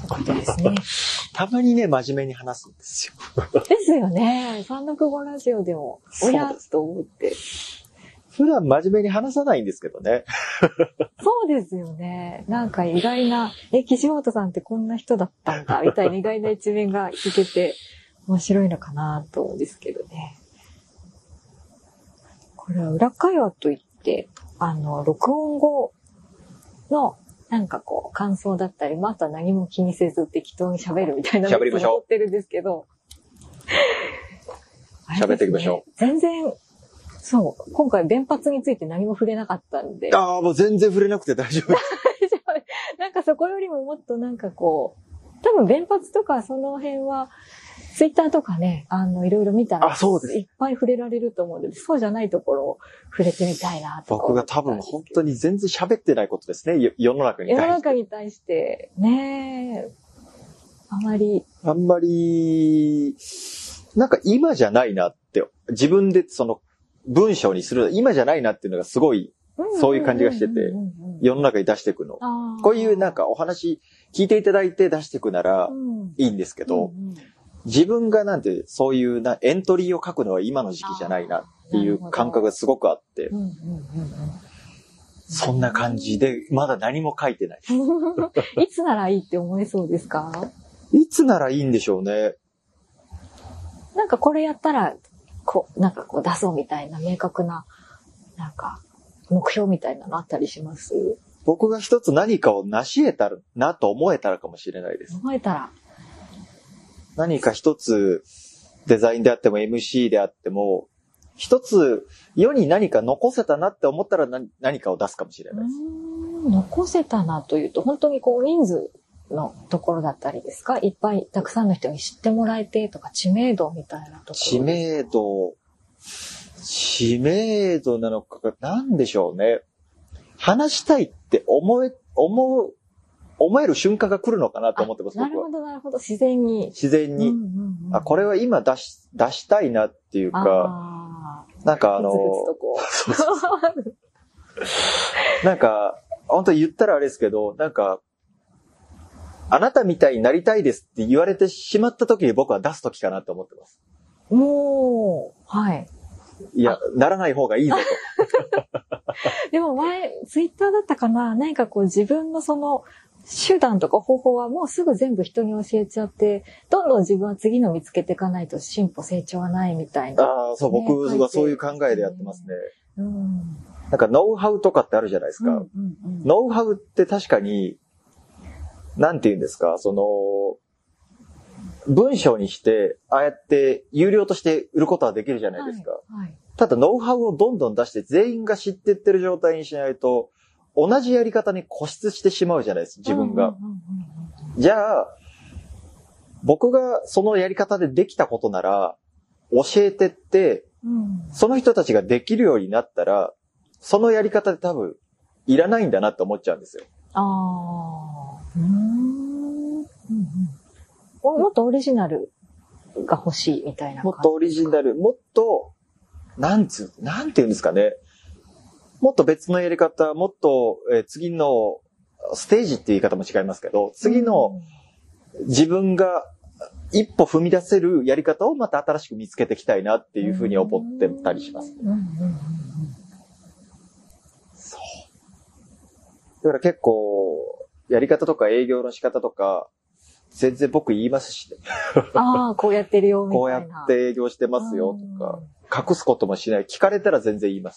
ことですね。 たまにね、真面目に話すんですよ。 ですよね。三の久保ラジオでも、おやっと思って。 普段真面目に話さないんですけどね。 そうですよね。なんか意外な、岸本さんってこんな人だったんだ、みたいな意外な一面が聞けて面白いのかなと思うんですけどね。これは裏会話といって、録音後の、なんかこう、感想だったり、あとは何も気にせず適当に喋るみたいなのを撮ってるんですけど。 喋っていきましょう。 全然、そう、今回弁髪について何も触れなかったんで。 ああ、もう全然触れなくて大丈夫。 なんかそこよりももっとなんかこう、多分弁髪とかその辺は、ツイッターとかね、いろいろ見たら、 そうです。 いっぱい触れられると思うので、そうじゃないところを触れてみたいなと。 僕が多分本当に全然喋ってないことですね、世の中に対して。 世の中に対して、ねあんまり、 なんか今じゃないなって、自分でその文章にする、今じゃないなっていうのがすごい、そういう感じがしてて、世の中に出していくの。こういうなんかお話聞いていただいて出していくならいいんですけど、自分がなんてそういうエントリーを書くのは今の時期じゃないなっていう感覚がすごくあって、そんな感じでまだ何も書いてない。 いつならいいって思えそうですか？ いつならいいんでしょうね。 なんかこれやったら、なんかこう出そうみたいな明確な、なんか目標みたいなのあったりします？ 僕が一つ何かを成し得たらなと思えたらかもしれないです。 思えたら。 何か一つデザインであっても MC であっても、一つ世に何か残せたなって思ったら何かを出すかもしれないです。 残せたなというと、本当にこう人数のところだったりですか？いっぱいたくさんの人に知ってもらえてとか、知名度みたいなところ。知名度なのか、なんでしょうね。話したいって思える瞬間が来るのかなと思ってます。 なるほど、なるほど。自然に。 これは今出したいなっていうか、なんかなんか、本当言ったらあれですけど、なんか、あなたみたいになりたいですって言われてしまった時に僕は出す時かなと思ってます。 はい。 いや、ならない方がいいぞと。 でもツイッターだったかな、何かこう自分のその手段とか方法はもうすぐ全部人に教えちゃって、どんどん自分は次の見つけていかないと進歩成長はないみたいな。 そう、僕はそういう考えでやってますね。なんかノウハウとかってあるじゃないですか。ノウハウって確かに、なんて言うんですか、文章にして、ああやって有料として売ることはできるじゃないですか。ただノウハウをどんどん出して全員が知ってってる状態にしないと、同じやり方に固執してしまうじゃないですか、自分が。じゃあ、僕がそのやり方でできたことなら、教えてって、その人たちができるようになったら、そのやり方で多分、いらないんだなって思っちゃうんですよ。 もっとオリジナルが欲しいみたいな感じ。 もっとオリジナル、もっと、なんて言うんですかね。もっと別のやり方、もっと、次のステージっていう言い方も違いますけど、次の自分が一歩踏み出せるやり方をまた新しく見つけていきたいなっていうふうに思ってたりします。そう。だから結構、やり方とか営業の仕方とか、全然僕言いますしね。 こうやってるよみたいな。 こうやって営業してますよとか、隠すこともしない。聞かれたら全然言います。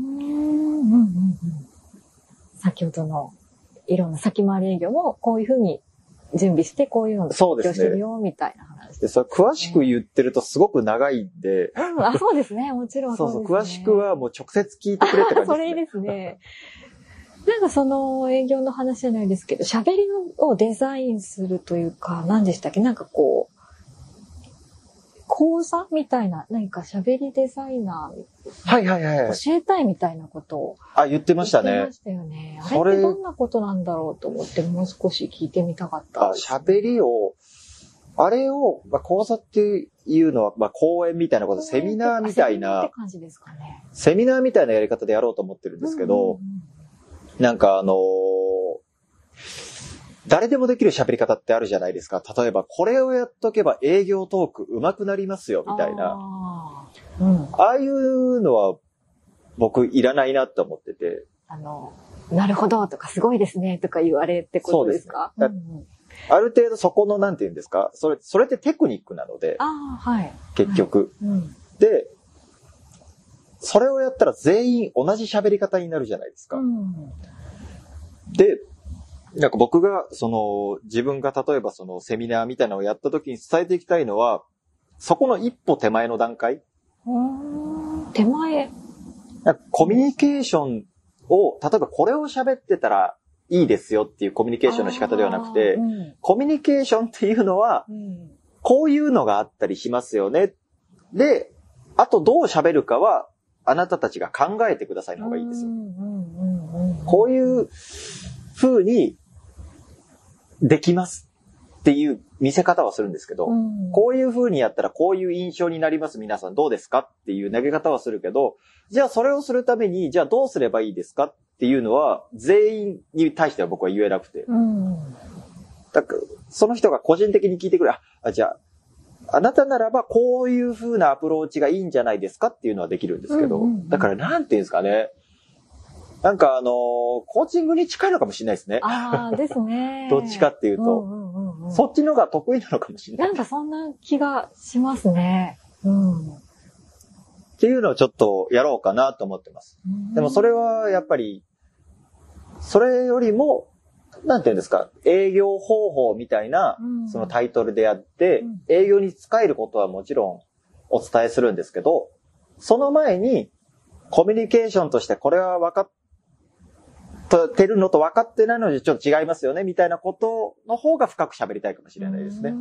先ほどのいろんな先回り営業もこういうふうに準備してこういうのを勉強してるよみたいな話で、それ詳しく言ってるとすごく長いんで。 そうですね。もちろんそうですね。 詳しくはもう直接聞いてくれって感じですね。 それいいですね。なんかその営業の話じゃないですけど、喋りをデザインするというか、何でしたっけ？なんかこう、講座みたいな、何か喋りデザイナー、教えたいみたいなことを。 言ってましたね。 言ってましたよね。あれってどんなことなんだろうと思って、もう少し聞いてみたかったです。 喋りを、あれを、講座っていうのは、講演みたいなこと、セミナーみたいな、セミナーみたいなやり方でやろうと思ってるんですけど、なんか誰でもできる喋り方ってあるじゃないですか。例えば、これをやっとけば営業トーク上手くなりますよ、みたいな。ああいうのは僕いらないなって思ってて。 なるほどとかすごいですねとか言われってことですか？ そうですね。ある程度そこのなんて言うんですか、それってテクニックなので。 はい。 結局。で、それをやったら全員同じ喋り方になるじゃないですか。で、なんか僕が、自分が例えばセミナーみたいなのをやった時に伝えていきたいのは、そこの一歩手前の段階。 手前。 コミュニケーションを、例えばこれを喋ってたらいいですよっていうコミュニケーションの仕方ではなくて、コミュニケーションっていうのは、こういうのがあったりしますよね。で、あとどう喋るかは、あなたたちが考えてくださいの方がいいんですよ。こういう風にできますっていう見せ方はするんですけど、こういう風にやったらこういう印象になります、皆さんどうですかっていう投げ方はするけど、じゃあそれをするために、じゃあどうすればいいですかっていうのは、全員に対しては僕は言えなくて。だからその人が個人的に聞いてくる、じゃあ、あなたならばこういう風なアプローチがいいんじゃないですかっていうのはできるんですけど、だからなんていうんですかね。なんかコーチングに近いのかもしれないですね。 ですね。 どっちかっていうと、そっちのが得意なのかもしれない。 なんかそんな気がしますね。 っていうのをちょっとやろうかなと思ってます。でもそれはやっぱり、それよりも、なんていうんですか、営業方法みたいな、そのタイトルでやって、営業に使えることはもちろんお伝えするんですけど、その前に、コミュニケーションとしてこれは分かってるのと分かってないのでちょっと違いますよね、みたいなことの方が深く喋りたいかもしれないですね。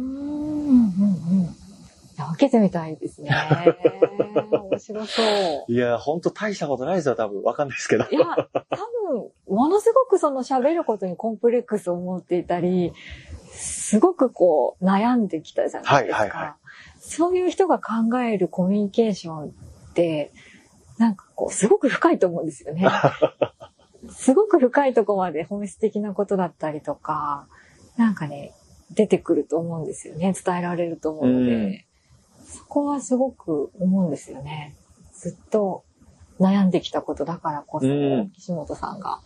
受けてみたいですね。面白そう。 いや、ほんと大したことないですよ、多分。わかんないですけど。 いや、多分、ものすごく喋ることにコンプレックスを持っていたり、すごく悩んできたじゃないですか。そういう人が考えるコミュニケーションって、なんかすごく深いと思うんですよね。すごく深いところまで本質的なことだったりとか、なんかね、出てくると思うんですよね。伝えられると思うので。そこはすごく思うんですよね。ずっと悩んできたことだからこそ、岸本さんが。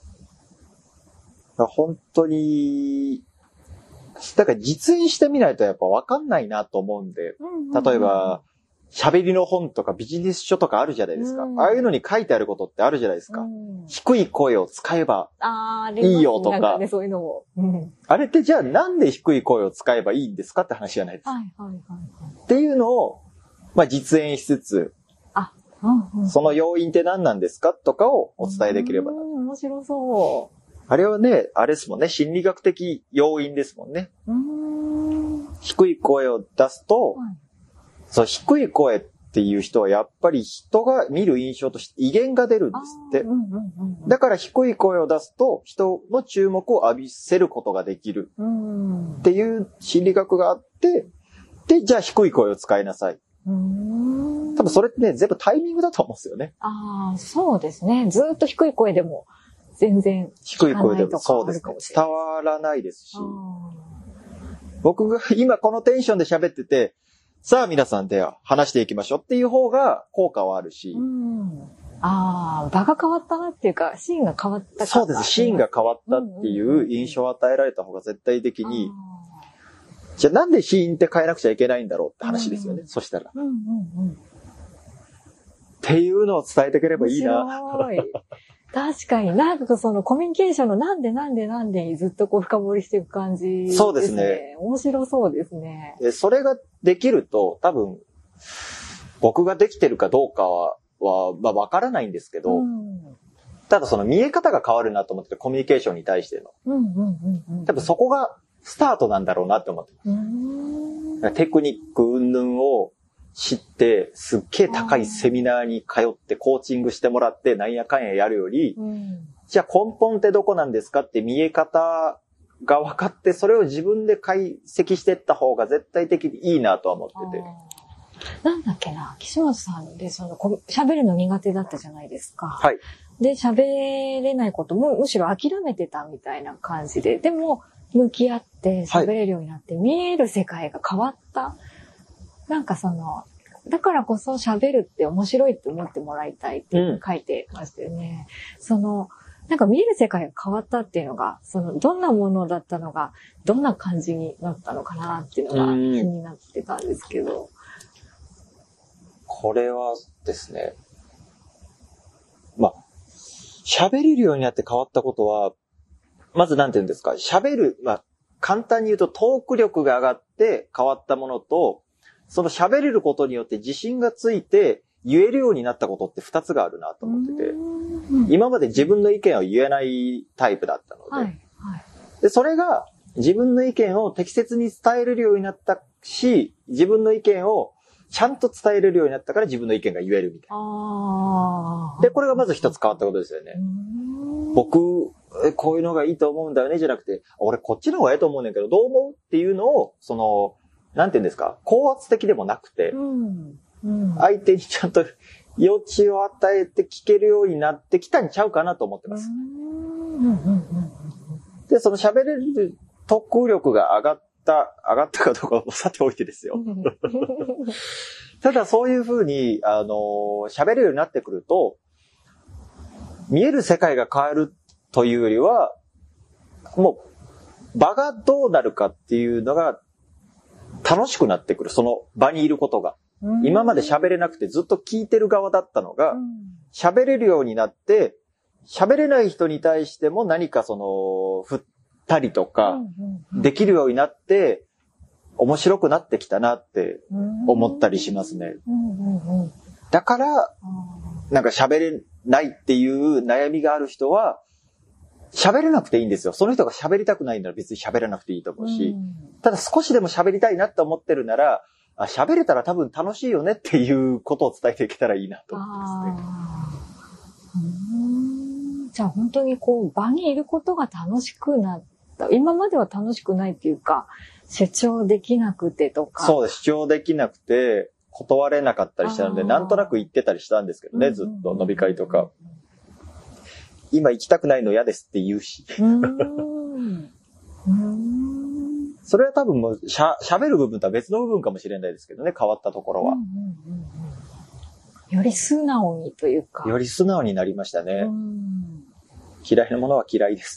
本当に、だから実演してみないとやっぱ分かんないなと思うんで、例えば、喋りの本とかビジネス書とかあるじゃないですか。ああいうのに書いてあることってあるじゃないですか。低い声を使えばいいよとか。 なんかね、そういうのも。 あれってじゃあなんで低い声を使えばいいんですかって話じゃないですか。っていうのを、実演しつつ、その要因って何なんですかとかをお伝えできればな。 面白そう。 あれはね、あれですもんね、心理学的要因ですもんね。低い声を出すと、そう、低い声っていう人はやっぱり人が見る印象として威厳が出るんですって。だから低い声を出すと人の注目を浴びせることができるっていう心理学があって、で、じゃあ低い声を使いなさい。多分それってね、全部タイミングだと思うんですよね。 そうですね。ずっと低い声でも全然低い声でもそうですね。伝わらないですし。僕が今このテンションで喋ってて、さあ皆さんで話していきましょうっていう方が効果はあるし。 場が変わったなっていうか、シーンが変わったか。 そうです。シーンが変わったっていう印象を与えられた方が絶対的に、じゃあなんでシーンって変えなくちゃいけないんだろうって話ですよね。そしたら。っていうのを伝えていければいいな。 確かに、なんかコミュニケーションのなんでずっと深掘りしていく感じですね。 そうですね。 面白そうですね。 で、それができると、多分、僕ができてるかどうかはわからないんですけど、ただ見え方が変わるなと思ってて、コミュニケーションに対しての。多分そこがスタートなんだろうなって思ってます。テクニック云々を知って、すっげえ高いセミナーに通ってコーチングしてもらってなんやかんややるより、じゃあ根本ってどこなんですかって見え方が分かって、それを自分で解析していった方が絶対的にいいなとは思ってて。 なんだっけな、岸本さんで喋るの苦手だったじゃないですか。 はい。 で、喋れないこともむしろ諦めてたみたいな感じで、でも向き合って喋れるようになって、見える世界が変わった。なんかだからこそ喋るって面白いって思ってもらいたいって書いてましたよね。なんか見える世界が変わったっていうのが、どんなものだったのが、どんな感じになったのかなっていうのが気になってたんですけど。 これはですね、喋れるようになって変わったことは、まずなんて言うんですか、喋る、簡単に言うとトーク力が上がって変わったものと、その喋れることによって自信がついて言えるようになったことって2つがあるなと思ってて、今まで自分の意見を言えないタイプだったので、 はいはい、 でそれが自分の意見を適切に伝えれるようになったし、自分の意見をちゃんと伝えれるようになったから自分の意見が言えるみたいな。で、これがまず一つ変わったことですよね。僕、こういうのがいいと思うんだよね、じゃなくて、俺こっちの方がいいと思うねんけど、どう思うっていうのを、なんて言うんですか、高圧的でもなくて、相手にちゃんと余地を与えて聞けるようになってきたんちゃうかなと思ってます。で、その喋れる得力が上がったかどうかをさておいてですよ。ただそういうふうに、喋れるようになってくると、見える世界が変わるというよりは、もう、場がどうなるかっていうのが楽しくなってくる。その場にいることが。今まで喋れなくてずっと聞いてる側だったのが、喋れるようになって、喋れない人に対しても何か振ったりとか、できるようになって、面白くなってきたなって思ったりしますね。だから、なんか喋れないっていう悩みがある人は、喋れなくていいんですよ。その人が喋りたくないなら別に喋らなくていいと思うし、ただ少しでも喋りたいなって思ってるなら、喋れたら多分楽しいよねっていうことを伝えていけたらいいなと思ってますね。 じゃあ本当に場にいることが楽しくなった。今までは楽しくないっていうか、主張できなくてとか。 そうです。主張できなくて、断れなかったりしたので、なんとなく言ってたりしたんですけどね、ずっと飲み会とか。今行きたくないの嫌ですって言うし。それは多分もう喋る部分とは別の部分かもしれないですけどね、変わったところは。 より素直にというか。 より素直になりましたね。嫌いなものは嫌いです。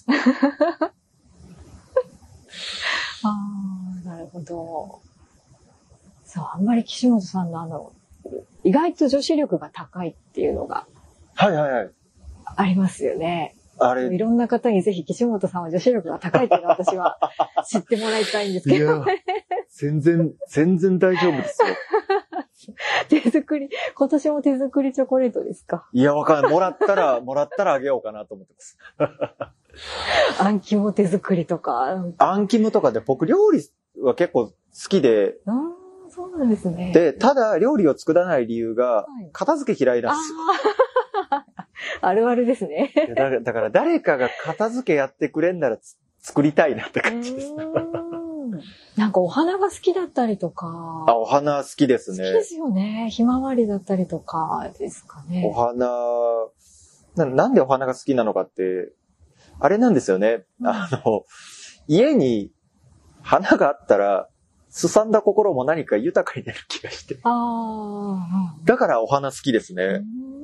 なるほど。そう、あんまり岸本さんの意外と女子力が高いっていうのが。 はいはいはい。 ありますよね。 あれ。 いろんな方にぜひ岸本さんは女子力が高いっていうのを私は知ってもらいたいんですけど、ね。いや、 全然大丈夫ですよ。 手作り、今年も手作りチョコレートですか？ いや、わかんない。もらったらあげようかなと思ってます。 あん肝手作りとか。 あん肝とかで僕料理は結構好きで。 そうなんですね。 で、ただ料理を作らない理由が、片付け嫌いなんですよ。 あるあるですね。 だから誰かが片付けやってくれんなら作りたいなって感じです。 なんかお花が好きだったりとか。 お花好きですね。 好きですよね。ひまわりだったりとかですかね。 お花、なんでお花が好きなのかって、あれなんですよね。家に花があったら、すさんだ心も何か豊かになる気がして。だからお花好きですね。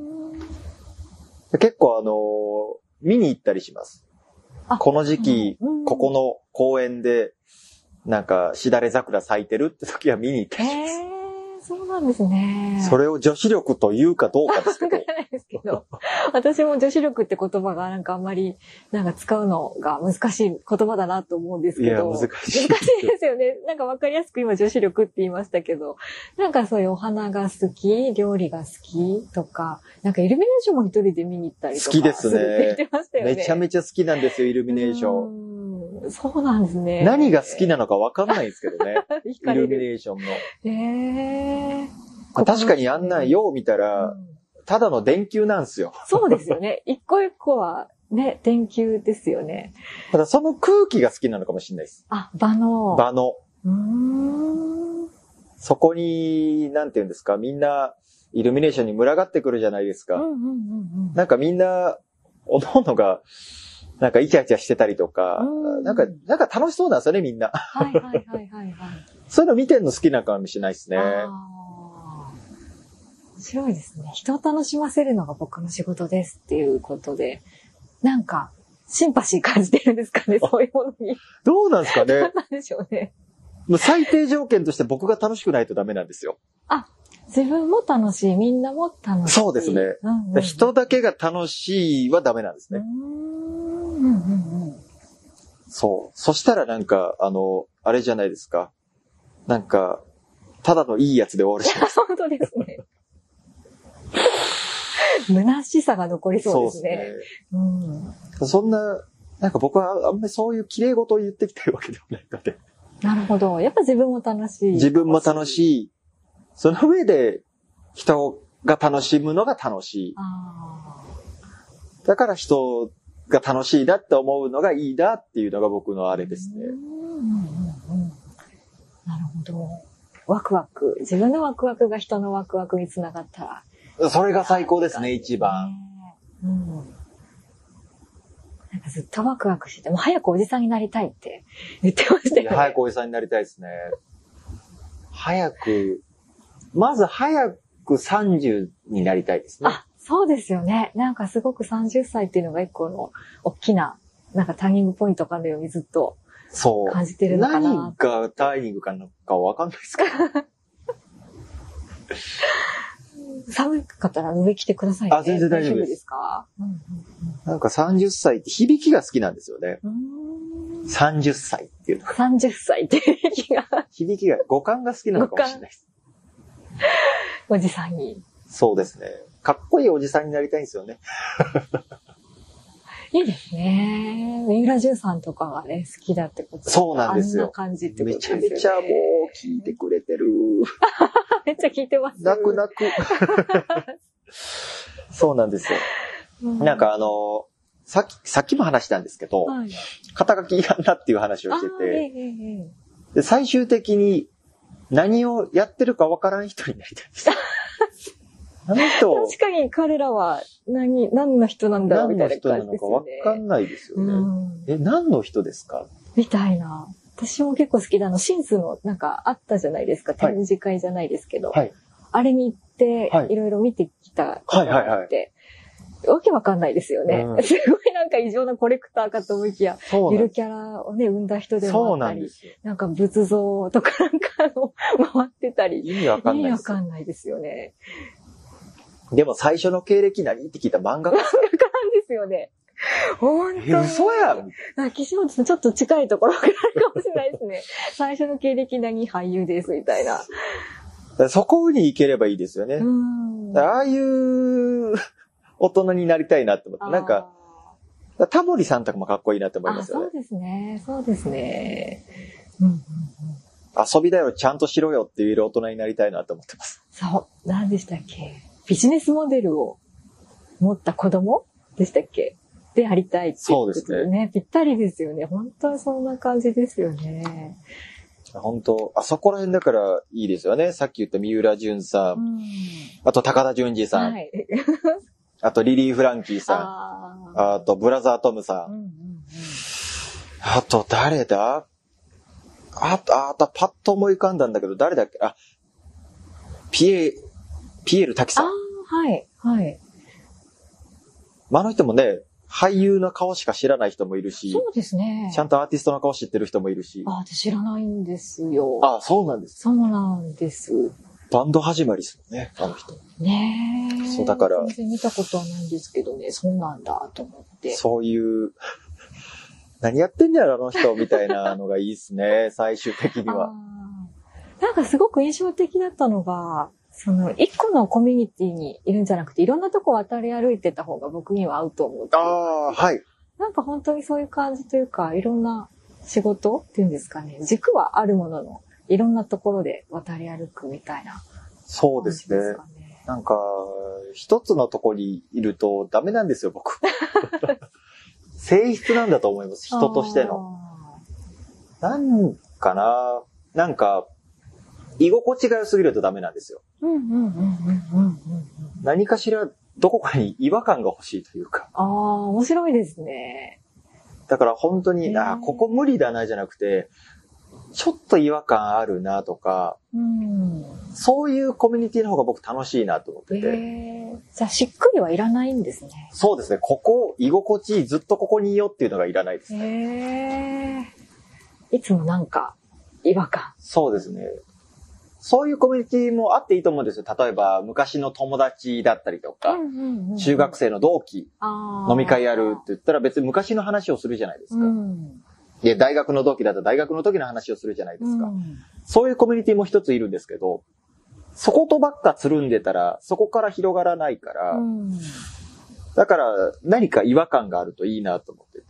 結構見に行ったりします。この時期、ここの公園で、なんか、しだれ桜咲いてるって時は見に行ったりします。 そうなんですね。 それを女子力というかどうかですけど。 わからないですけど。私も女子力って言葉がなんかあんまり、なんか使うのが難しい言葉だなと思うんですけど。 いや、難しい。 難しいですよね。なんかわかりやすく今女子力って言いましたけど、なんかそういうお花が好き、料理が好きとか、なんかイルミネーションも一人で見に行ったりとか。 好きですね。 言ってましたよね。 めちゃめちゃ好きなんですよ、イルミネーション。 そうなんですね。 何が好きなのかわかんないんですけどね。イルミネーションの。確かにあんなんよう見たら、ただの電球なんですよ。 そうですよね。一個一個はね、電球ですよね。 ただその空気が好きなのかもしれないです。 場の。 そこに、なんていうんですか、みんな、イルミネーションに群がってくるじゃないですか。なんかみんな、おのおのが、 なんかイチャイチャしてたりとか、なんか楽しそうなんですよね、みんな。 はいはいはいはいはい。 そういうの見てるの好きなかもしれないですね。 面白いですね。人を楽しませるのが僕の仕事ですっていうことで、なんか、シンパシー感じてるんですかね、そういうものに。 どうなんですかね。 どうなんでしょうね。 もう最低条件として僕が楽しくないとダメなんですよ。 あ、自分も楽しい、みんなも楽しい。 そうですね。人だけが楽しいはダメなんですね。そう。そしたらなんか、あれじゃないですか。なんか、ただのいいやつで終わるじゃないですか。 本当ですね。虚しさが残りそうですね。 そうですね。そんな、なんか僕はあんまりそういう綺麗事を言ってきてるわけではないので。 なるほど。やっぱ自分も楽しい。 自分も楽しい。その上で人が楽しむのが楽しい。だから人が楽しいなって思うのがいいなっていうのが僕のあれですね。 なるほど。ワクワク。自分のワクワクが人のワクワクにつながったら。それが最高ですね、一番。 なんかずっとワクワクしてて、もう早くおじさんになりたいって言ってましたよね。 早くおじさんになりたいですね。まず早く30になりたいですね。 あ、そうですよね。なんかすごく30歳っていうのが一個の大きな、なんかターニングポイントかのようにずっと感じてるのかな。 何がターニングかわかんないですけど。 寒かったら上着てくださいね。 あ、全然大丈夫です。 大丈夫ですか？ なんか30歳って響きが好きなんですよね。30歳っていうのが。 30歳って響きが、五感が好きなのかもしれないです。 おじさんに。 そうですね。かっこいいおじさんになりたいんですよね。 いいですね。三浦淳さんとかがね、好きだってこと。 そうなんですよ。 あんな感じってことですよね。 めちゃめちゃもう聞いてくれてる。 めっちゃ聞いてます。 泣く。そうなんですよ。なんかさっきも話したんですけど、肩書きいらんなっていう話をしてて、で最終的に何をやってるかわからん人になりたいです。あの人。 確かに彼らは何の人なんだろうみたいな感じですよね。 何の人なのかわかんないですよね。何の人ですかみたいな。私も結構好きなシンスのなんかあったじゃないですか。展示会じゃないですけど。あれに行って、いろいろ見てきたことがあって。わけわかんないですよね。すごいなんか異常なコレクターかと思いきや、ゆるキャラをね、生んだ人でもあったり、なんか仏像とかなんか回ってたり。 意味わかんない。 意味わかんないですよね。 でも最初の経歴何って聞いた漫画家なんですよね。本当に。 嘘やん。 岸本さんちょっと近いところがあるかもしれないですね。最初の経歴何俳優ですみたいな。 そこに行ければいいですよね。ああいう大人になりたいなって思って。なんか、タモリさんとかもかっこいいなって思いますよね。 そうですね。そうですね。 遊びだよ、ちゃんとしろよって言える大人になりたいなと思ってます。 そう。何でしたっけ？ビジネスモデルを持った子供でしたっけ？でありたいっていうことでね。そうですね。ぴったりですよね。本当にそんな感じですよね。 本当、あそこら辺だからいいですよね。さっき言った三浦淳さん。あと高田純次さん。あとリリー・フランキーさん。あとブラザー・トムさん。あと誰だ？あとパッと思い浮かんだんだけど、誰だっけ？ピエール滝さん。あの人もね、俳優の顔しか知らない人もいるし。 そうですね。 ちゃんとアーティストの顔知ってる人もいるし。 私知らないんですよ。 そうなんです。 そうなんです。 バンド始まりですもんね、あの人。 ねえ。 そうだから。 全然見たことはないんですけどね、そうなんだと思って。 そういう、何やってんだよ、あの人みたいなのがいいですね、最終的には。 なんかすごく印象的だったのが、一個のコミュニティにいるんじゃなくて、いろんなとこ渡り歩いてた方が僕には合うと思う。なんか本当にそういう感じというか、いろんな仕事っていうんですかね。軸はあるものの、いろんなところで渡り歩くみたいな、 そうですね。なんか、一つのとこにいるとダメなんですよ、僕。性質なんだと思います、人としての。なんかな、なんか、居心地が良すぎるとダメなんですよ。何かしらどこかに違和感が欲しいというか。 面白いですね。 だから本当に、ここ無理だなじゃなくて、ちょっと違和感あるなとか、そういうコミュニティの方が僕楽しいなと思ってて。 じゃあしっくりはいらないんですね。 そうですね。ここ、居心地いい、ずっとここにいようっていうのがいらないですね。いつもなんか違和感。 そうですね。そういうコミュニティもあっていいと思うんですよ。例えば、昔の友達だったりとか、中学生の同期、飲み会やるって言ったら別に昔の話をするじゃないですか。で、大学の同期だったら大学の時の話をするじゃないですか。そういうコミュニティも一ついるんですけど、そことばっかつるんでたら、そこから広がらないから、だから何か違和感があるといいなと思って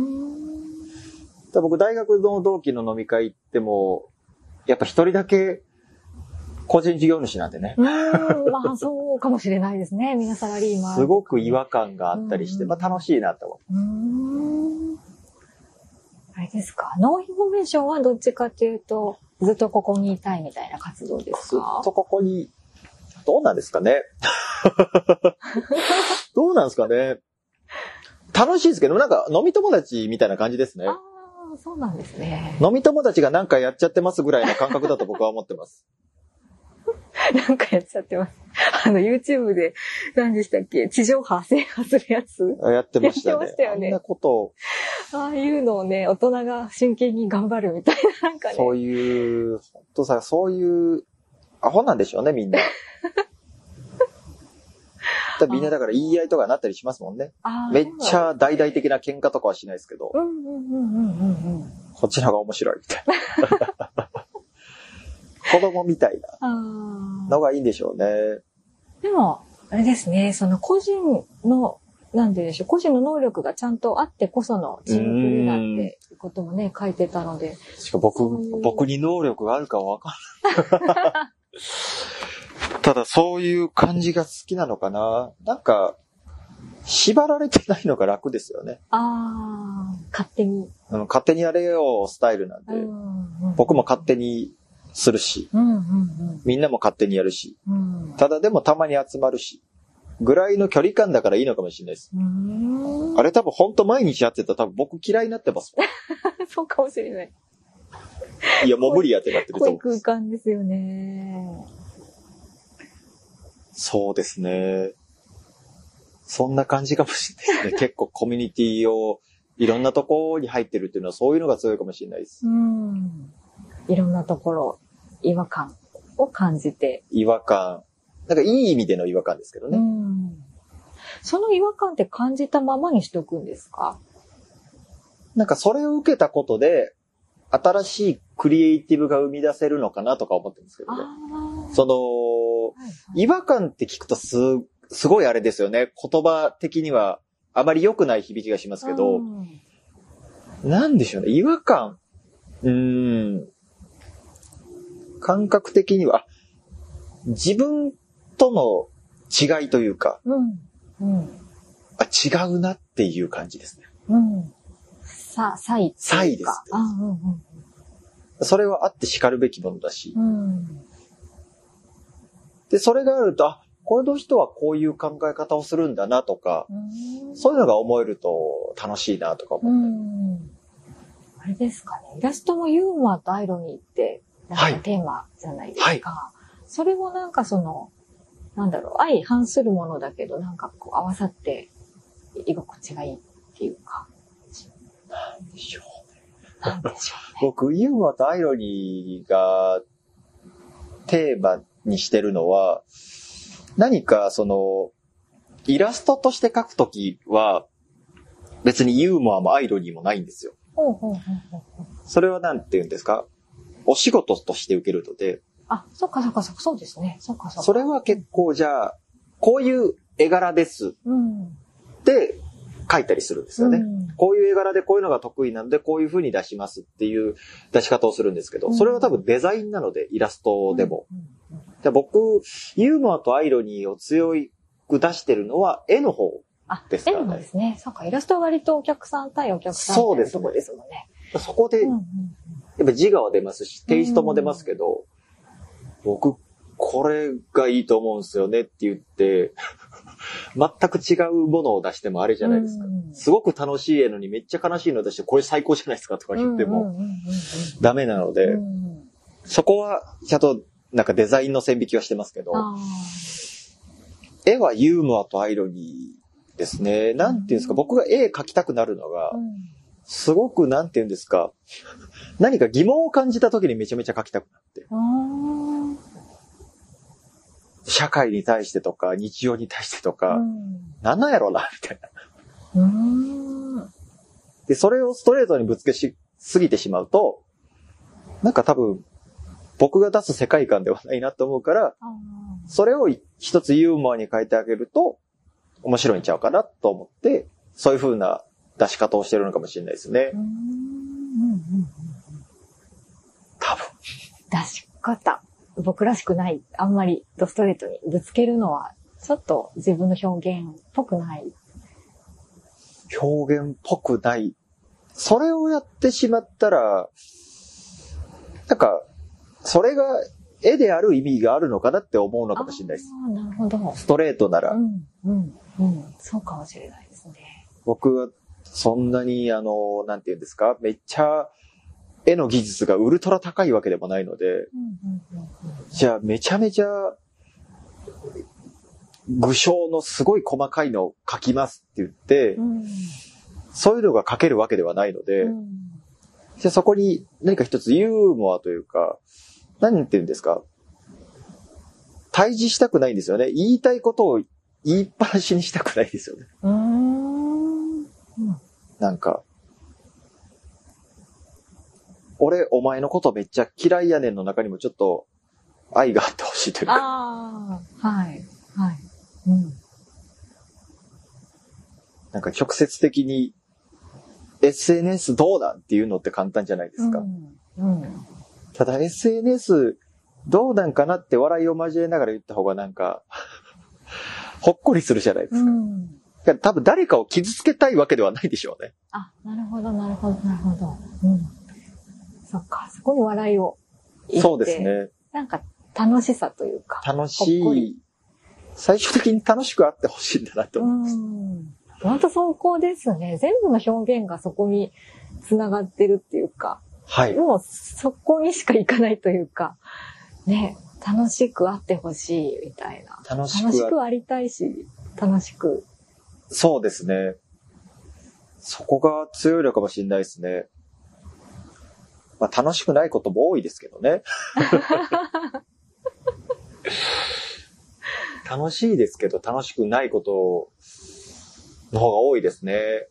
て。僕、大学の同期の飲み会行っても、やっぱ一人だけ個人事業主なんでね。 まあそうかもしれないですね。みんなサラリーマン。 すごく違和感があったりして、まあ楽しいなと思って。 あれですか。ノーインフォメーションはどっちかっていうと、ずっとここにいたいみたいな活動ですか？ ずっとここに、どうなんですかね。どうなんですかね。楽しいですけど、なんか飲み友達みたいな感じですね。 ああ、そうなんですね。 飲み友達がなんかやっちゃってますぐらいの感覚だと僕は思ってます。 なんかやっちゃってます。YouTube で、何でしたっけ？地上波制覇するやつやってましたね。 やってましたよね。 あんなことを。 ああいうのをね、大人が真剣に頑張るみたいな、なんかね。 そういう、ほんとさ、そういう、アホなんでしょうね、みんな。みんなだから言い合いとかなったりしますもんね。めっちゃ大々的な喧嘩とかはしないですけど、こっちの方が面白いみたいな。子供みたいなのがいいんでしょうね。 でも、あれですね、その個人の、なんでしょう、個人の能力がちゃんとあってこそのチームプレーだっていうこともね、書いてたので。 しかも僕に能力があるかはわかんない。ただそういう感じが好きなのかな。なんか、縛られてないのが楽ですよね。 勝手に。 勝手にやれよスタイルなんで、僕も勝手にするし、みんなも勝手にやるし、ただでもたまに集まるし、ぐらいの距離感だからいいのかもしれないです。あれ多分本当毎日やってたら多分僕嫌いになってますもん。 そうかもしれない。 いやもう無理やってなってると思う。 濃い空間ですよね。 そうですね。そんな感じかもしれないですね。結構コミュニティをいろんなところに入ってるっていうのはそういうのが強いかもしれないです。 いろんなところ、違和感を感じて。 違和感。なんかいい意味での違和感ですけどね。 その違和感って感じたままにしておくんですか？ なんかそれを受けたことで、新しいクリエイティブが生み出せるのかなとか思ってるんですけどね。違和感って聞くとすごいあれですよね。言葉的にはあまり良くない響きがしますけど、なんでしょうね。違和感。感覚的には、自分との違いというか、違うなっていう感じですね。 差異ですね。 それはあって叱るべきものだし。で、それがあると、この人はこういう考え方をするんだなとか、そういうのが思えると楽しいなとか思ったり。 あれですかね。イラストもユーモアとアイロニーって、なんかテーマじゃないですか。それもなんかなんだろう、相反するものだけど、なんかこう合わさって居心地がいいっていうか。 なんでしょうね。僕、ユーモアとアイロニーがテーマにしてるのは、何かイラストとして描くときは、別にユーモアもアイロニーもないんですよ。それはなんて言うんですか？お仕事として受けるので。 そっか、そうですね。 それは結構じゃあ、こういう絵柄です。で、描いたりするんですよね。こういう絵柄でこういうのが得意なので、こういう風に出しますっていう出し方をするんですけど、それは多分デザインなので、イラストでも。僕、ユーモアとアイロニーを強く出してるのは絵の方ですからね。 絵の方ですね。そうか、イラストは割とお客さん対お客さんっていうところですもんね。 そこで、やっぱ自我は出ますし、テイストも出ますけど、僕、 これがいいと思うんですよねって言って、全く違うものを出してもあれじゃないですか。すごく楽しい絵のにめっちゃ悲しいの出して、これ最高じゃないですかとか言ってもダメなので、そこはちゃんとなんかデザインの線引きはしてますけど、絵はユーモアとアイロニーですね。なんていうんですか、僕が絵描きたくなるのが、すごくなんていうんですか、何か疑問を感じた時にめちゃめちゃ描きたくなって。社会に対してとか、日常に対してとか、なんなんやろな、みたいな。で、それをストレートにぶつけすぎてしまうと、なんか多分、僕が出す世界観ではないなと思うから、それを一つユーモアに変えてあげると、面白いんちゃうかなと思って、そういう風な出し方をしてるのかもしれないですね。多分。 出し方。僕らしくない。あんまりドストレートにぶつけるのは、ちょっと自分の表現っぽくない。 表現っぽくない。それをやってしまったら、なんか、それが絵である意味があるのかなって思うのかもしれないです。 なるほど。 ストレートなら。 そうかもしれないですね。 僕はそんなになんていうんですか、めっちゃ絵の技術がウルトラ高いわけでもないので、じゃあめちゃめちゃ具象のすごい細かいのを描きますって言って、そういうのが描けるわけではないので、じゃあそこに何か一つユーモアというか、何て言うんですか、対峙したくないんですよね。言いたいことを言いっぱなしにしたくないですよね。なんか、俺お前のことめっちゃ嫌いやねんの中にもちょっと愛があってほしいというか。なんか直接的に SNS どうなんっていうのって簡単じゃないですか。ただ SNS どうなんかなって笑いを交えながら言った方がなんかほっこりするじゃないですか。多分誰かを傷つけたいわけではないでしょうね。 なるほど。そっか、そこに笑いを入れて。 そうですね。 なんか楽しさというか。 楽しい。最終的に楽しくあってほしいんだなと思います。 本当そこですね。全部の表現がそこに繋がってるっていうか。もうそこにしか行かないというか。ね、楽しくあってほしいみたいな。楽しくありたいし、楽しく。 そうですね。そこが強いのかもしれないですね。楽しくないことも多いですけどね。楽しいですけど楽しくないことの方が多いですね。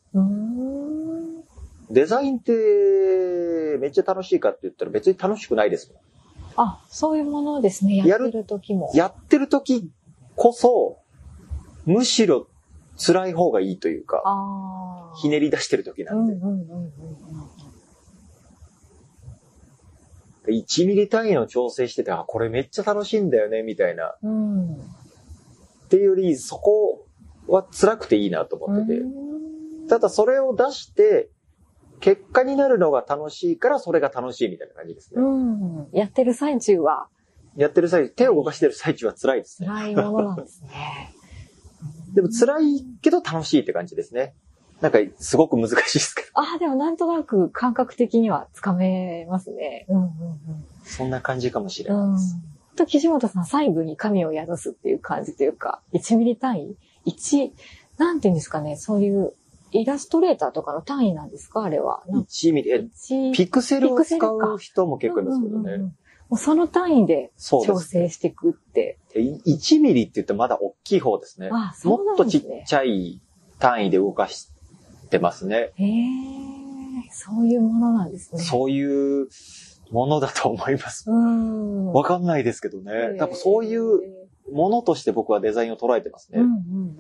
デザインってめっちゃ楽しいかって言ったら別に楽しくないですもん。 そういうものですね。やってる時も。 やってる時こそ、むしろ辛い方がいいというか、ひねり出してる時なんで。1ミリ単位の調整してて、これめっちゃ楽しいんだよね、みたいな。っていうより、そこは辛くていいなと思ってて。ただそれを出して、結果になるのが楽しいからそれが楽しいみたいな感じですね。 やってる最中は。 手を動かしてる最中は辛いですね。 辛いものなんですね。 でも辛いけど楽しいって感じですね。なんかすごく難しいですけど。 でもなんとなく感覚的にはつかめますね。 そんな感じかもしれないです。 岸本さん、細部に神を宿すっていう感じというか、1ミリ単位なんていうんですかね、そういうイラストレーターとかの単位なんですかあれは。 1ミリ、ピクセルを使う人も結構いますけどね。 もうその単位で調整していくって。 1ミリって言ってまだ大きい方ですね。もっとちっちゃい単位で動かしてますね。 そういうものなんですね。 そういうものだと思います。わかんないですけどね。多分そういうものとして僕はデザインを捉えてますね。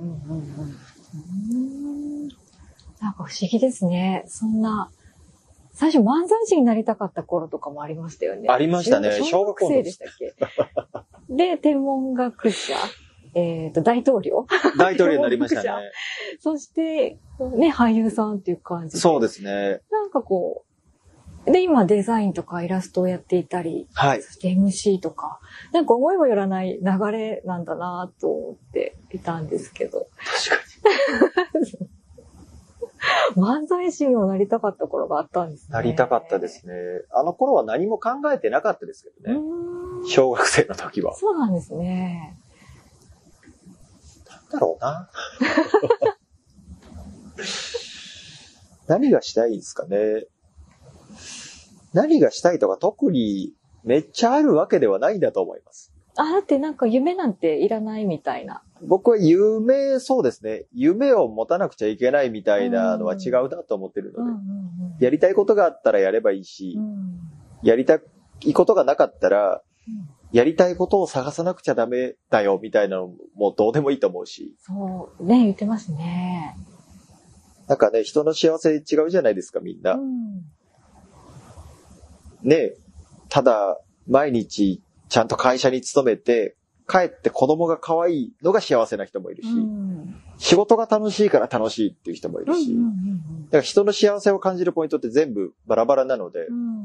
なんか不思議ですね。そんな、最初漫才師になりたかった頃とかもありましたよね。 ありましたね。 小学生でしたっけで、天文学者、大統領になりましたね。 そして、ね、俳優さんっていう感じで。 そうですね。 なんかこう、 で、今デザインとかイラストをやっていたり、 はい。 そして MC とか、なんか思いもよらない流れなんだなと思っていたんですけど。 確かに。 漫才師にもなりたかった頃があったんですね。 なりたかったですね。あの頃は何も考えてなかったですけどね。小学生の時は。 そうなんですね。 なんだろうな。何がしたいですかね。何がしたいとか特にめっちゃあるわけではないんだと思います。 だってなんか夢なんていらないみたいな。 僕はそうですね。夢を持たなくちゃいけないみたいなのは違うなと思ってるので。やりたいことがあったらやればいいし、やりたいことがなかったら、やりたいことを探さなくちゃダメだよみたいなのもどうでもいいと思うし。 そうね、言ってますね。 なんかね、人の幸せ違うじゃないですか、みんな。ね、ただ、毎日ちゃんと会社に勤めて、帰って子供が可愛いのが幸せな人もいるし、仕事が楽しいから楽しいっていう人もいるし、だから人の幸せを感じるポイントって全部バラバラなので、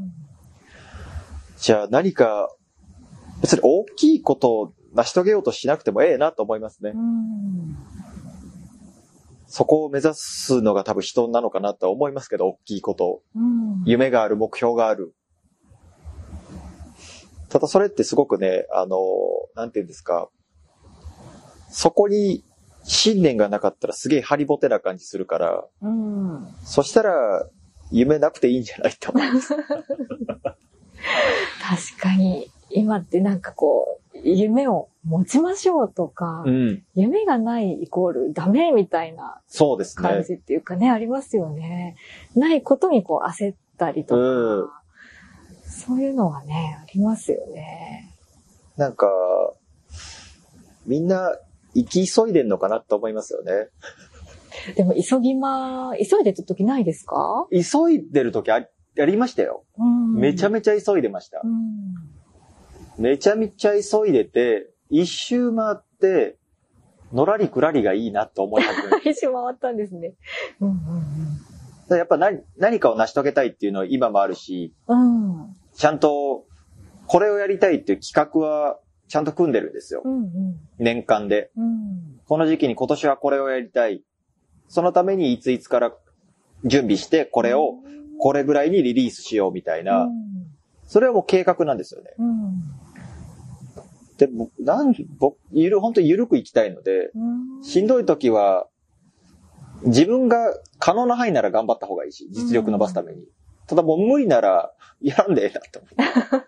じゃあ何か、別に大きいことを成し遂げようとしなくてもええなと思いますね。そこを目指すのが多分人なのかなと思いますけど、大きいことを。夢がある、目標がある。ただそれってすごくね、なんていうんですか。そこに信念がなかったらすげえハリボテな感じするから、そしたら夢なくていいんじゃないと思います。 確かに、今ってなんかこう、夢を持ちましょうとか、夢がないイコールダメみたいな感じっていうかね、ありますよね。ないことにこう焦ったりとか、そういうのはね、ありますよね。 なんか、みんな生き急いでんのかなと思いますよね。 でも急いでる時ないですか？ 急いでる時ありましたよ。めちゃめちゃ急いでました。めちゃめちゃ急いでて、一周回って、のらりくらりがいいなと思い始めました。 一周回ったんですね。 やっぱ何かを成し遂げたいっていうのは今もあるし、ちゃんとこれをやりたいっていう企画はちゃんと組んでるんですよ。年間で。この時期に今年はこれをやりたい。そのためにいつから準備してこれをこれぐらいにリリースしようみたいな。それはもう計画なんですよね。でも、本当に緩く行きたいので、しんどい時は、自分が可能な範囲なら頑張った方がいいし、実力伸ばすために。ただもう無理なら、やらんでええなと思って。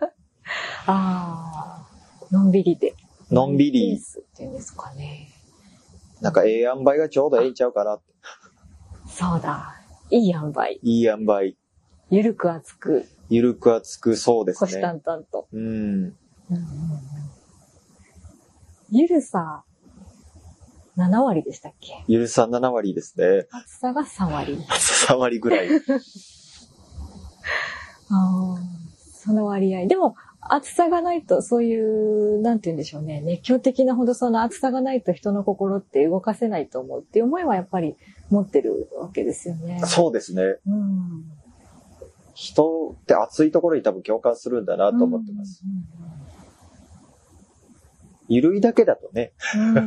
のんびりで。 のんびり。 っていうんですかね。 なんか塩梅がちょうどええんちゃうかなって。 そうだ。いい塩梅。 いい塩梅。 ゆるく熱く。 ゆるく熱く、そうですね。 虎視眈々と。ゆるさ、7割でしたっけ？ ゆるさ7割ですね。 熱さが3割。 熱さ3割ぐらい。 その割合。でも、熱さがないと、そういう、なんて言うんでしょうね。熱狂的なほどその熱さがないと人の心って動かせないと思うっていう思いはやっぱり持ってるわけですよね。 そうですね。人って熱いところに多分共感するんだなと思ってます。ゆるいだけだとね。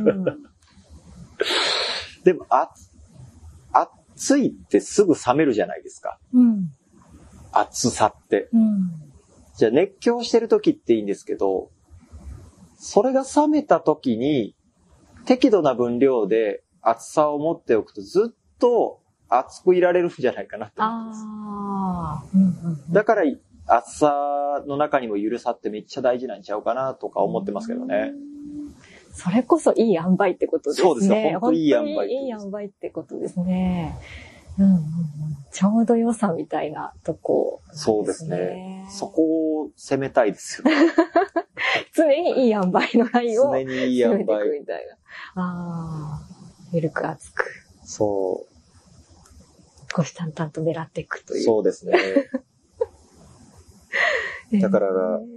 でも、熱いってすぐ冷めるじゃないですか。熱さって。じゃあ熱狂してる時っていいんですけど、それが冷めた時に適度な分量で熱さを持っておくとずっと熱くいられるんじゃないかなと思ってます。だから熱さの中にもゆるさってめっちゃ大事なんちゃうかなとか思ってますけどね。 それこそいい塩梅ってことですね。 そうですね。本当にいい塩梅。 いい塩梅ってことですね。ちょうど良さみたいなとこ、ね。 そうですね。そこを攻めたいですよ。 常にいい塩梅のラインを常にいい塩梅みたいな。ゆるく熱く。 そう。 虎視眈々と狙っていくという。 そうですね。だから、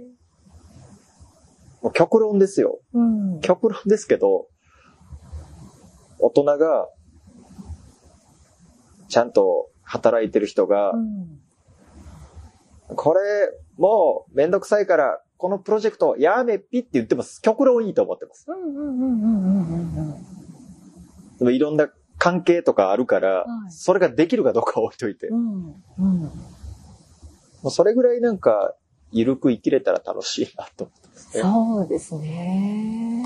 もう極論ですよ。極論ですけど、大人が、ちゃんと働いてる人が、 これ、もうめんどくさいから、このプロジェクトやめっぴって言っても極論いいと思ってます。でもいろんな関係とかあるから、それができるかどうか置いといて。もうそれぐらいなんか、ゆるく生きれたら楽しいなと思ってますね。 そうですね。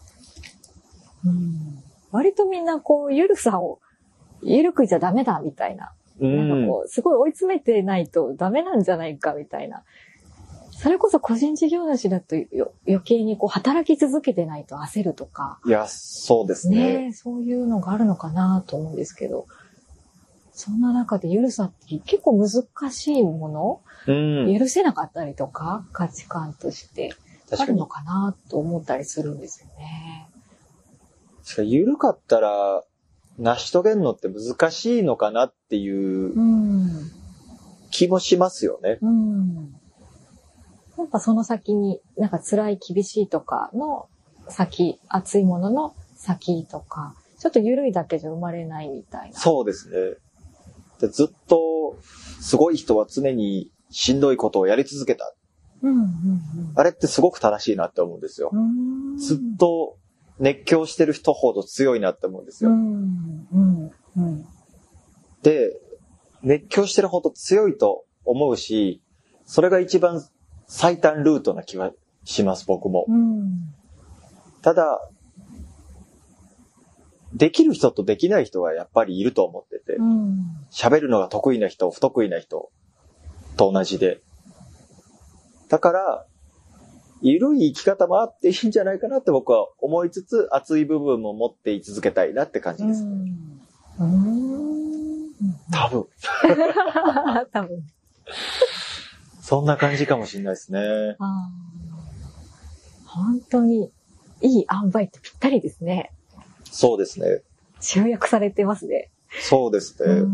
割とみんなこう、ゆるさを、ゆるくじゃダメだみたいな。なんかこう、すごい追い詰めてないとダメなんじゃないかみたいな。それこそ個人事業主だと余計にこう働き続けてないと焦るとか。 いや、そうですね。 そういうのがあるのかなと思うんですけど。そんな中でゆるさって結構難しいもの、許せなかったりとか、価値観としてあるのかなと思ったりするんですよね。 ゆるかったら、成し遂げるのって難しいのかなっていう気もしますよね。 やっぱその先に、なんか辛い厳しいとかの先、熱いものの先とか、ちょっと緩いだけじゃ生まれないみたいな。 そうですね。でずっとすごい人は常にしんどいことをやり続けた。あれってすごく正しいなって思うんですよ。ずっと熱狂してる人ほど強いなって思うんですよ。で、熱狂してるほど強いと思うし、それが一番最短ルートな気はします、僕も。ただ、できる人とできない人はやっぱりいると思ってて、喋るのが得意な人、不得意な人と同じで。だから、緩い生き方もあっていいんじゃないかなって僕は思いつつ、熱い部分も持って居続けたいなって感じですね。多分。 多分。 そんな感じかもしれないですね。 本当にいい塩梅ってぴったりですね。 そうですね。 集約されてますね。 そうですね。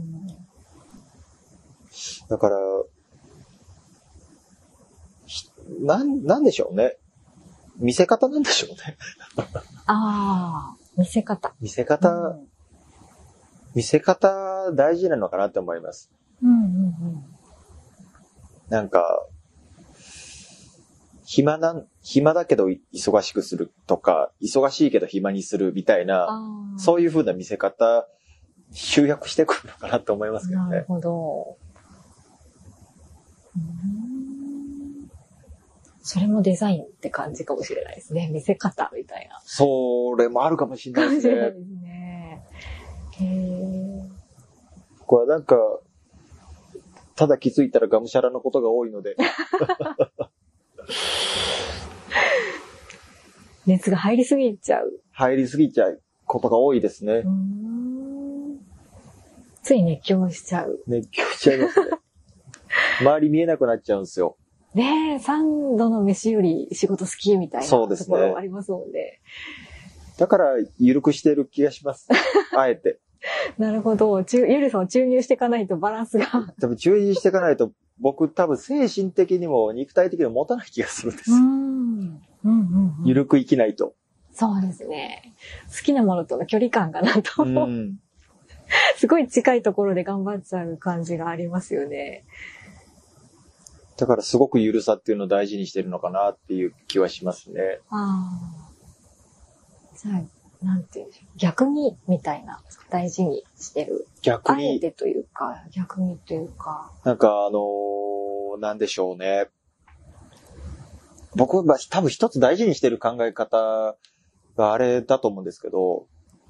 だから、なんでしょうね。見せ方なんでしょうね。 見せ方。 見せ方大事なのかなって思います。なんか、暇だけど忙しくするとか、忙しいけど暇にするみたいな、そういう風な見せ方、集約してくるのかなと思いますけどね。 なるほど。それもデザインって感じかもしれないですね。見せ方みたいな。 それもあるかもしれないですね。これはなんか、ただ気づいたらがむしゃらなことが多いので。 熱が入りすぎちゃうことが多いですね。 つい熱狂しちゃう。 熱狂しちゃいますね。周り見えなくなっちゃうんですよ。 ねえ、3度の飯より仕事好きみたいなところありますもんね。 だから、緩くしてる気がします。あえて。 なるほど。ゆるさんを注入していかないとバランスが。 多分注入していかないと、僕多分精神的にも肉体的にも持たない気がするんですよ。緩く生きないと。 そうですね。好きなものとの距離感がなんとも、すごい近いところで頑張っちゃう感じがありますよね。 だからすごくゆるさっていうのを大事にしてるのかなっていう気はしますね。 じゃあ、なんていうんでしょう。逆に、みたいな、大事にしてる。 逆に。 あえてというか、逆にというか。 なんかなんでしょうね。僕は多分一つ大事にしてる考え方があれだと思うんですけど、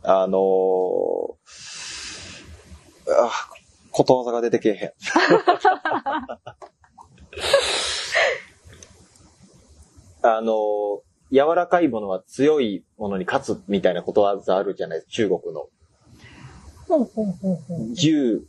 ことわざが出てけえへん。柔らかいものは強いものに勝つみたいなことわざあるじゃないですか、中国の。柔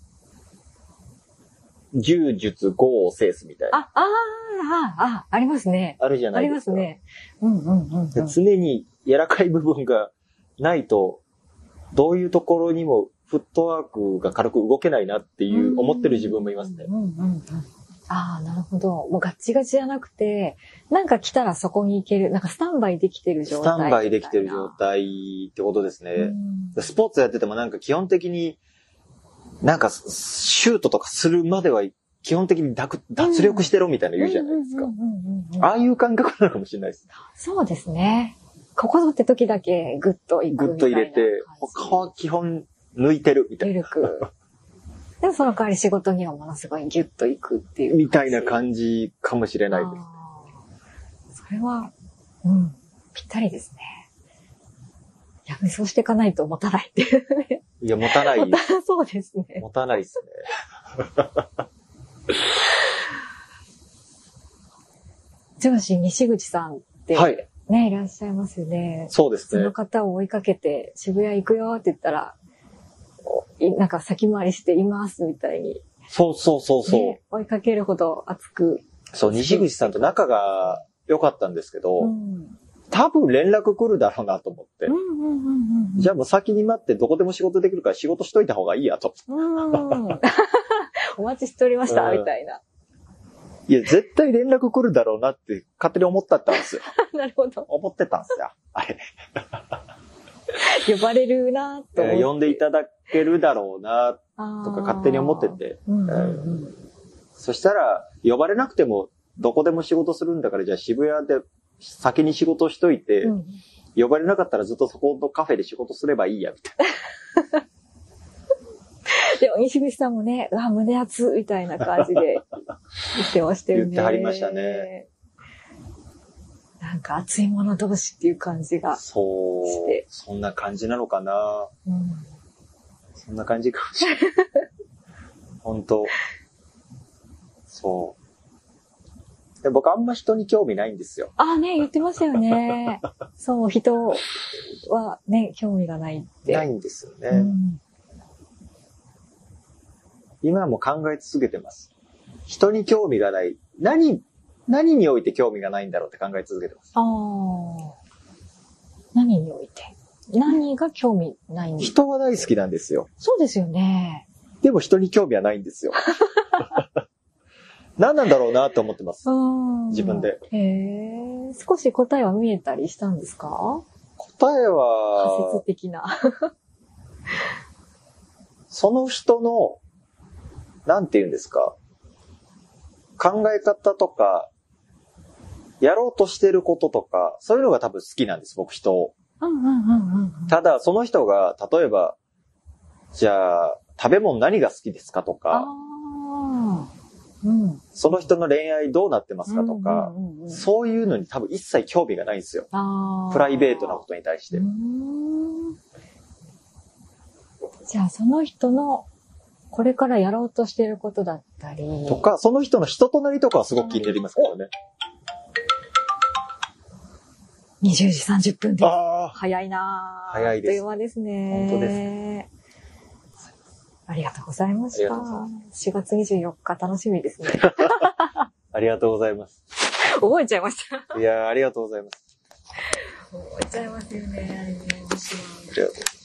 術5を制すみたいな。 ありますね。 あるじゃないですか。 ありますね。 常に柔らかい部分がないと、どういうところにもフットワークが軽く動けないなっていう思ってる自分もいますね。 なるほど。もうガッチガチじゃなくて、なんか来たらそこに行ける、なんかスタンバイできてる状態。 スタンバイできてる状態ってことですね。スポーツやっててもなんか基本的に、なんかシュートとかするまではい基本的に脱力してろみたいな言うじゃないですか。ああいう感覚なのかもしれないです。 そうですね。ここぞって時だけグッといくみたいな。 グッと入れて、他は基本抜いてるみたいな。 緩く。でもその代わり仕事にはものすごいギュッといくっていう。 みたいな感じかもしれないです。 それは、ぴったりですね。いや、そうしていかないと持たないっていうね。 いや、持たない。 そうですね。 持たないですね。 上司、西口さんって、 はい。 ね、いらっしゃいますよね。 そうですね。 その方を追いかけて、渋谷行くよって言ったら、なんか先回りしていますみたいに。 そう。 ね、追いかけるほど熱く。 そう、西口さんと仲が良かったんですけど、多分連絡来るだろうなと思って。じゃあもう先に待ってどこでも仕事できるから仕事しといた方がいいやと。 お待ちしておりました、みたいな。 いや、絶対連絡来るだろうなって勝手に思ったんですよ。 なるほど。 思ってたんですよ。あれ。 呼ばれるなと思って。 呼んでいただけるだろうなとか勝手に思ってて。そしたら、呼ばれなくてもどこでも仕事するんだからじゃあ渋谷で先に仕事しといて、呼ばれなかったらずっとそこのカフェで仕事すればいいや、みたいな。 でも、西口さんもね、胸熱みたいな感じで言ってましたよね。 言ってはりましたね。 なんか熱い者同士っていう感じがして。 そんな感じなのかな。そんな感じかもしれない。本当。そう。で僕あんま人に興味ないんですよ。 言ってましたよね。そう、人はね、興味がないって。 ないんですよね。今も考え続けてます。人に興味がない。何において興味がないんだろうって考え続けてます。 何において何が興味ないんですか？ 人は大好きなんですよ。 そうですよね。 でも人に興味はないんですよ。何なんだろうなって思ってます。自分で。 少し答えは見えたりしたんですか？ 答えは、 仮説的な。 その人の、なんて言うんですか、考え方とか、やろうとしてることとか、そういうのが多分好きなんです、僕人を。ただ、その人が、例えば、じゃあ、食べ物何が好きですかとか、その人の恋愛どうなってますかとか、そういうのに多分一切興味がないんですよ。プライベートなことに対して。 じゃあ、その人の、これからやろうとしていることだったり。 とか、その人の人となりとかはすごく気になりますけどね。 20時30分です。早いなぁ。 早いです。 あっという間ですね。 本当ですね。 ありがとうございました。4月24日楽しみですね。 ありがとうございます。 覚えちゃいました。 いや、ありがとうございます。 覚えちゃいますよね。 ありがとうございます。